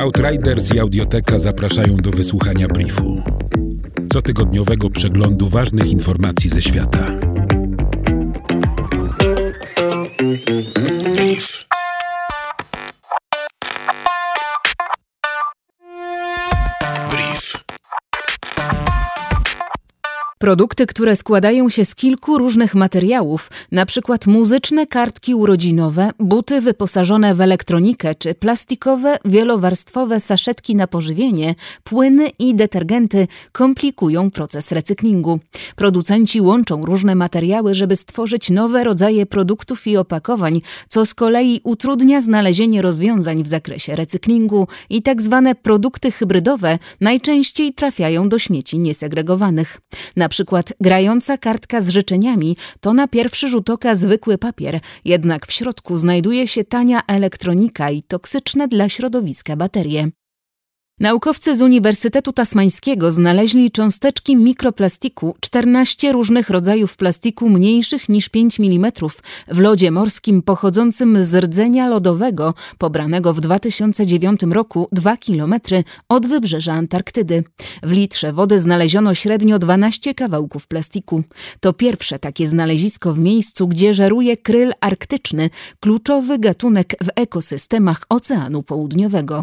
Outriders i Audioteka zapraszają do wysłuchania briefu. Cotygodniowego przeglądu ważnych informacji ze świata. Brief. Produkty, które składają się z kilku różnych materiałów, np. muzyczne kartki urodzinowe, buty wyposażone w elektronikę czy plastikowe, wielowarstwowe saszetki na pożywienie, płyny i detergenty komplikują proces recyklingu. Producenci łączą różne materiały, żeby stworzyć nowe rodzaje produktów i opakowań, co z kolei utrudnia znalezienie rozwiązań w zakresie recyklingu i tak zwane produkty hybrydowe najczęściej trafiają do śmieci niesegregowanych. Na przykład grająca kartka z życzeniami to na pierwszy rzut oka zwykły papier, jednak w środku znajduje się tania elektronika i toksyczne dla środowiska baterie. Naukowcy z Uniwersytetu Tasmańskiego znaleźli cząsteczki mikroplastiku, 14 różnych rodzajów plastiku mniejszych niż 5 mm w lodzie morskim pochodzącym z rdzenia lodowego pobranego w 2009 roku 2 km od wybrzeża Antarktydy. W litrze wody znaleziono średnio 12 kawałków plastiku. To pierwsze takie znalezisko w miejscu, gdzie żeruje kryl arktyczny, kluczowy gatunek w ekosystemach Oceanu Południowego.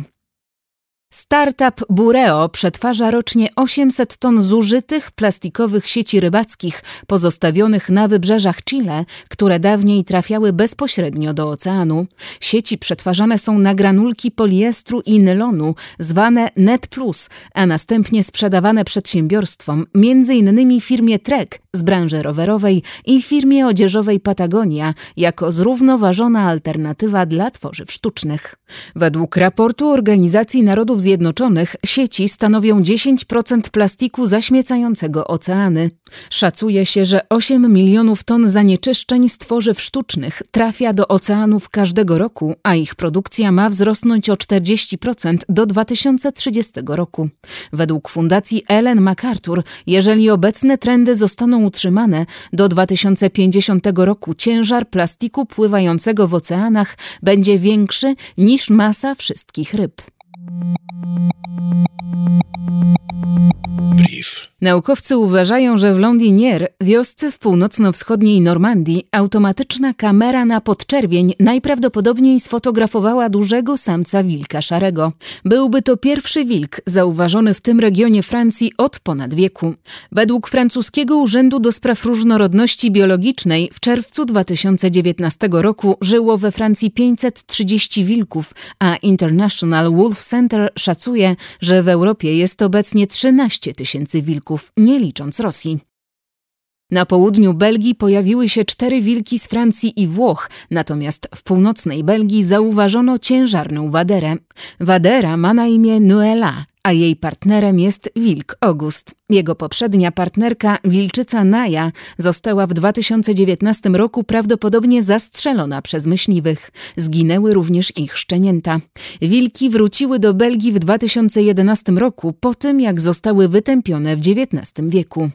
Startup Bureo przetwarza rocznie 800 ton zużytych plastikowych sieci rybackich pozostawionych na wybrzeżach Chile, które dawniej trafiały bezpośrednio do oceanu. Sieci przetwarzane są na granulki poliestru i nylonu, zwane Net Plus, a następnie sprzedawane przedsiębiorstwom, m.in. firmie Trek z branży rowerowej i firmie odzieżowej Patagonia, jako zrównoważona alternatywa dla tworzyw sztucznych. Według raportu Organizacji Narodów Zjednoczonych sieci stanowią 10% plastiku zaśmiecającego oceany. Szacuje się, że 8 milionów ton zanieczyszczeń z tworzyw sztucznych trafia do oceanów każdego roku, a ich produkcja ma wzrosnąć o 40% do 2030 roku. Według Fundacji Ellen MacArthur, jeżeli obecne trendy zostaną utrzymane, do 2050 roku ciężar plastiku pływającego w oceanach będzie większy niż masa wszystkich ryb. Brief. Naukowcy uważają, że w Londiniere, wiosce w północno-wschodniej Normandii, automatyczna kamera na podczerwień najprawdopodobniej sfotografowała dużego samca wilka szarego. Byłby to pierwszy wilk zauważony w tym regionie Francji od ponad wieku. Według francuskiego Urzędu do Spraw Różnorodności Biologicznej w czerwcu 2019 roku żyło we Francji 530 wilków, a International Wolf Center szacuje, że w Europie jest obecnie 13 tysięcy wilków, nie licząc Rosji. Na południu Belgii pojawiły się 4 wilki z Francji i Włoch, natomiast w północnej Belgii zauważono ciężarną waderę. Wadera ma na imię Nuela, a jej partnerem jest wilk August. Jego poprzednia partnerka, wilczyca Naja, została w 2019 roku prawdopodobnie zastrzelona przez myśliwych. Zginęły również ich szczenięta. Wilki wróciły do Belgii w 2011 roku, po tym jak zostały wytępione w XIX wieku.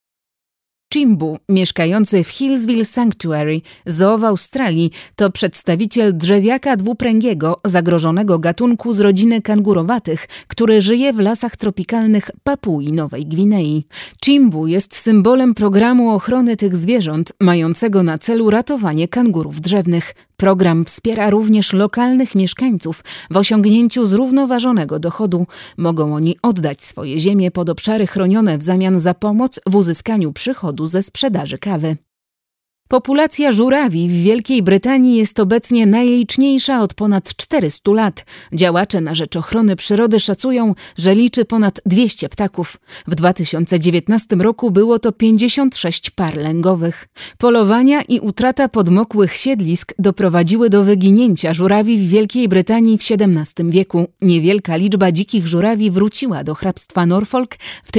Chimbu, mieszkający w Hillsville Sanctuary, zoo w Australii, to przedstawiciel drzewiaka dwupręgiego, zagrożonego gatunku z rodziny kangurowatych, który żyje w lasach tropikalnych Papui Nowej Gwinei. Chimbu jest symbolem programu ochrony tych zwierząt, mającego na celu ratowanie kangurów drzewnych. Program wspiera również lokalnych mieszkańców w osiągnięciu zrównoważonego dochodu. Mogą oni oddać swoje ziemie pod obszary chronione w zamian za pomoc w uzyskaniu przychodu ze sprzedaży kawy. Populacja żurawi w Wielkiej Brytanii jest obecnie najliczniejsza od ponad 400 lat. Działacze na rzecz ochrony przyrody szacują, że liczy ponad 200 ptaków. W 2019 roku było to 56 par lęgowych. Polowania i utrata podmokłych siedlisk doprowadziły do wyginięcia żurawi w Wielkiej Brytanii w XVII wieku. Niewielka liczba dzikich żurawi wróciła do hrabstwa Norfolk w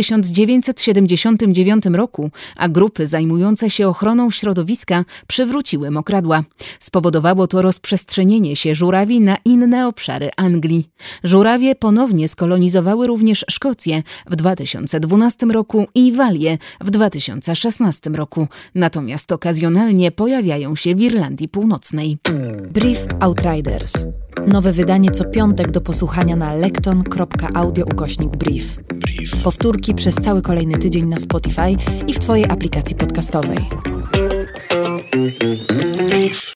1979 roku, a grupy zajmujące się ochroną środowiska przywróciły mokradła. Spowodowało to rozprzestrzenienie się żurawi na inne obszary Anglii. Żurawie ponownie skolonizowały również Szkocję w 2012 roku i Walię w 2016 roku. Natomiast okazjonalnie pojawiają się w Irlandii Północnej. Brief Outriders. Nowe wydanie co piątek do posłuchania na lekton.audio/brief. Powtórki przez cały kolejny tydzień na Spotify i w Twojej aplikacji podcastowej.